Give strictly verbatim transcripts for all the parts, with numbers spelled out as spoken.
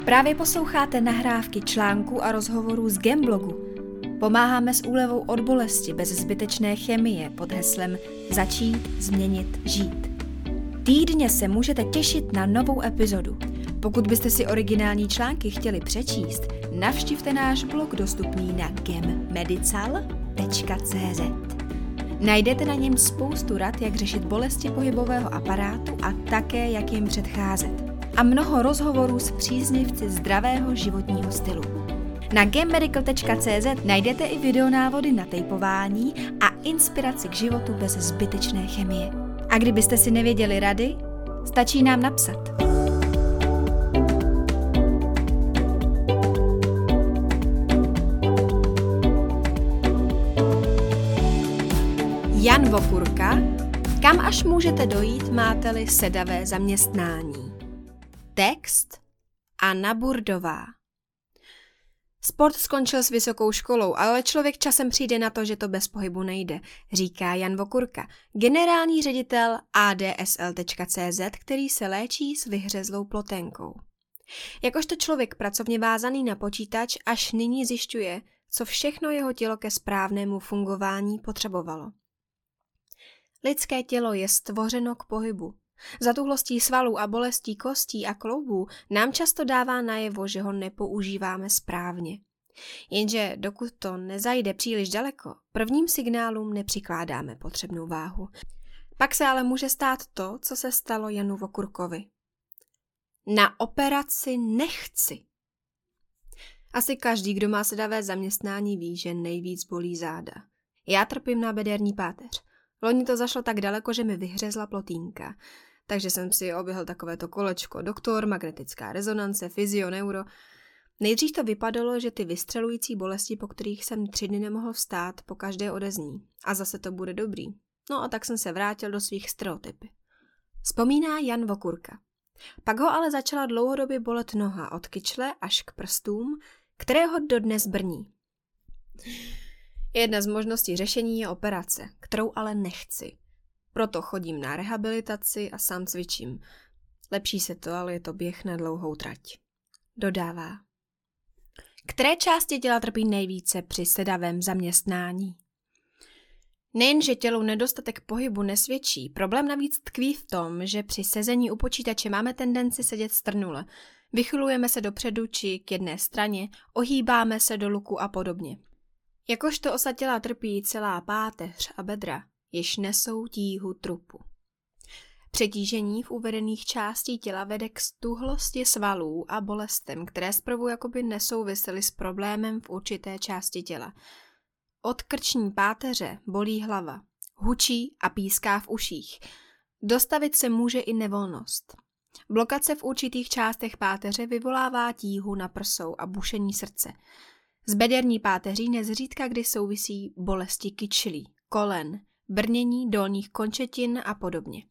Právě posloucháte nahrávky článků a rozhovorů z Gamblogu. Pomáháme s úlevou od bolesti bez zbytečné chemie pod heslem Začít, změnit, žít. Týdně se můžete těšit na novou epizodu. Pokud byste si originální články chtěli přečíst, navštivte náš blog dostupný na gemmedical tečka cé zet. Najdete na něm spoustu rad, jak řešit bolesti pohybového aparátu a také, jak jim předcházet. A mnoho rozhovorů s příznivci zdravého životního stylu. Na gemmedical tečka cé zet najdete i videonávody na tejpování a inspiraci k životu bez zbytečné chemie. A kdybyste si nevěděli rady, stačí nám napsat. Jan Vokurka, kam až můžete dojít, máte-li sedavé zaměstnání. Text Anna Burdová. Sport skončil s vysokou školou, ale člověk časem přijde na to, že to bez pohybu nejde, říká Jan Vokurka, generální ředitel á dé es el tečka cé zet, který se léčí s vyhřezlou ploténkou. Jakožto člověk pracovně vázaný na počítač až nyní zjišťuje, co všechno jeho tělo ke správnému fungování potřebovalo. Lidské tělo je stvořeno k pohybu. Zatuhlostí svalů a bolestí kostí a kloubů nám často dává najevo, že ho nepoužíváme správně. Jenže dokud to nezajde příliš daleko, prvním signálům nepřikládáme potřebnou váhu. Pak se ale může stát to, co se stalo Janu Vokurkovi. Na operaci nechci. Asi každý, kdo má sedavé zaměstnání, ví, že nejvíc bolí záda. Já trpím na bederní páteř. Loni to zašlo tak daleko, že mi vyhřezla plotínka. Takže jsem si oběhl takovéto kolečko. Doktor, magnetická rezonance, fyzio, neuro. Nejdřív to vypadalo, že ty vystřelující bolesti, po kterých jsem tři dny nemohl vstát, po každé odezní. A zase to bude dobrý. No a tak jsem se vrátil do svých stereotypy. Vzpomíná Jan Vokurka. Pak ho ale začala dlouhodobě bolet noha od kyčle až k prstům, které ho dodnes brní. Jedna z možností řešení je operace, kterou ale nechci. Proto chodím na rehabilitaci a sám cvičím. Lepší se to, ale je to běh na dlouhou trať. Dodává. Které části těla trpí nejvíce při sedavém zaměstnání? Nejenže tělu nedostatek pohybu nesvědčí, problém navíc tkví v tom, že při sezení u počítače máme tendenci sedět strnule. Vychylujeme se dopředu či k jedné straně, ohýbáme se do luku a podobně. Jakožto osa těla trpí celá páteř a bedra, jež nesou tíhu trupu. Přetížení v uvedených částí těla vede k stuhlosti svalů a bolestem, které zprvu jakoby nesouvisely s problémem v určité části těla. Od krční páteře bolí hlava, hučí a píská v uších. Dostavit se může i nevolnost. Blokace v určitých částech páteře vyvolává tíhu na prsou a bušení srdce. S bederní páteří nezřídka kdy souvisí bolesti kyčlí, kolen, brnění dolních končetin a podobně.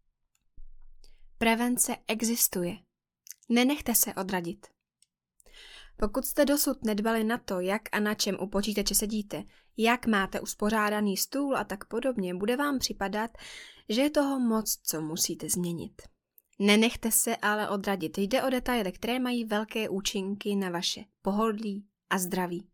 Prevence existuje. Nenechte se odradit. Pokud jste dosud nedbali na to, jak a na čem u počítače sedíte, jak máte uspořádaný stůl a tak podobně, bude vám připadat, že je toho moc, co musíte změnit. Nenechte se ale odradit. Jde o detaily, které mají velké účinky na vaše pohodlí a zdraví.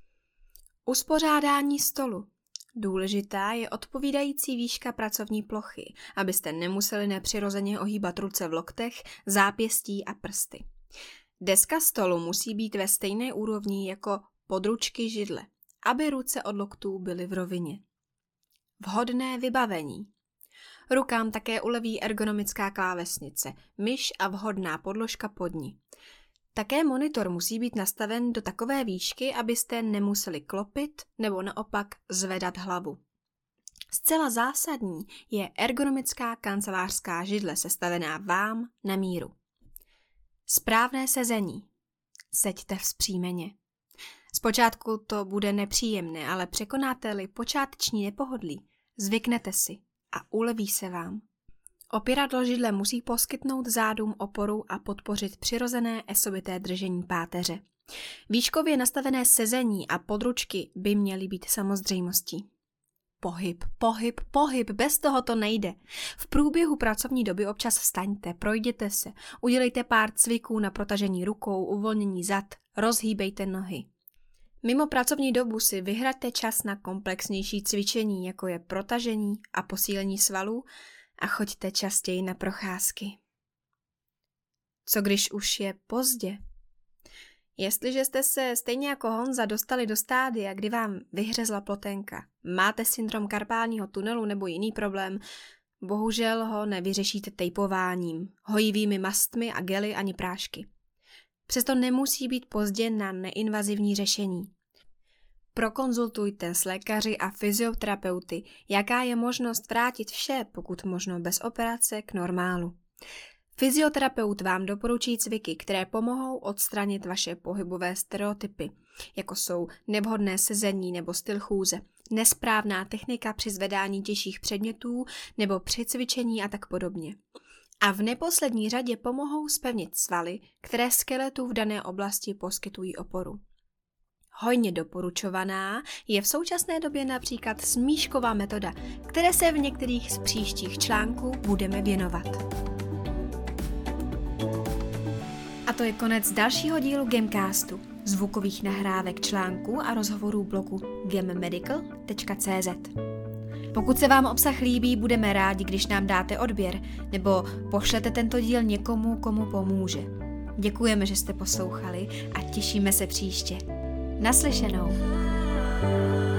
Uspořádání stolu. Důležitá je odpovídající výška pracovní plochy, abyste nemuseli nepřirozeně ohýbat ruce v loktech, zápěstí a prsty. Deska stolu musí být ve stejné úrovni jako područky židle, aby ruce od loktů byly v rovině. Vhodné vybavení. Rukám také uleví ergonomická klávesnice, myš a vhodná podložka pod ní. Také monitor musí být nastaven do takové výšky, abyste nemuseli klopit nebo naopak zvedat hlavu. Zcela zásadní je ergonomická kancelářská židle sestavená vám na míru. Správné sezení. Seďte vzpřímeně. Zpočátku to bude nepříjemné, ale překonáte-li počáteční nepohodlí, zvyknete si a uleví se vám. Opěradlo židle musí poskytnout zádům oporu a podpořit přirozené esobité držení páteře. Výškově nastavené sezení a područky by měly být samozřejmostí. Pohyb, pohyb, pohyb, bez toho to nejde. V průběhu pracovní doby občas vstaňte, projděte se, udělejte pár cviků na protažení rukou, uvolnění zad, rozhýbejte nohy. Mimo pracovní dobu si vyhraďte čas na komplexnější cvičení, jako je protažení a posílení svalů, a choďte častěji na procházky. Co když už je pozdě? Jestliže jste se stejně jako Honza dostali do stádia, kdy vám vyhřezla ploténka, máte syndrom karpálního tunelu nebo jiný problém, bohužel ho nevyřešíte tejpováním, hojivými mastmi a gely ani prášky. Přesto nemusí být pozdě na neinvazivní řešení. Prokonzultujte s lékaři a fyzioterapeuty, jaká je možnost vrátit vše, pokud možno bez operace, k normálu. Fyzioterapeut vám doporučí cviky, které pomohou odstranit vaše pohybové stereotypy, jako jsou nevhodné sezení nebo styl chůze, nesprávná technika při zvedání těžších předmětů nebo při cvičení a tak podobně. A v neposlední řadě pomohou zpevnit svaly, které skeletu v dané oblasti poskytují oporu. Hojně doporučovaná je v současné době například smíšková metoda, které se v některých z příštích článků budeme věnovat. A to je konec dalšího dílu Gamcastu, zvukových nahrávek článků a rozhovorů blogu gammedical tečka cé zet. Pokud se vám obsah líbí, budeme rádi, když nám dáte odběr nebo pošlete tento díl někomu, komu pomůže. Děkujeme, že jste poslouchali a těšíme se příště. Naslyšenou.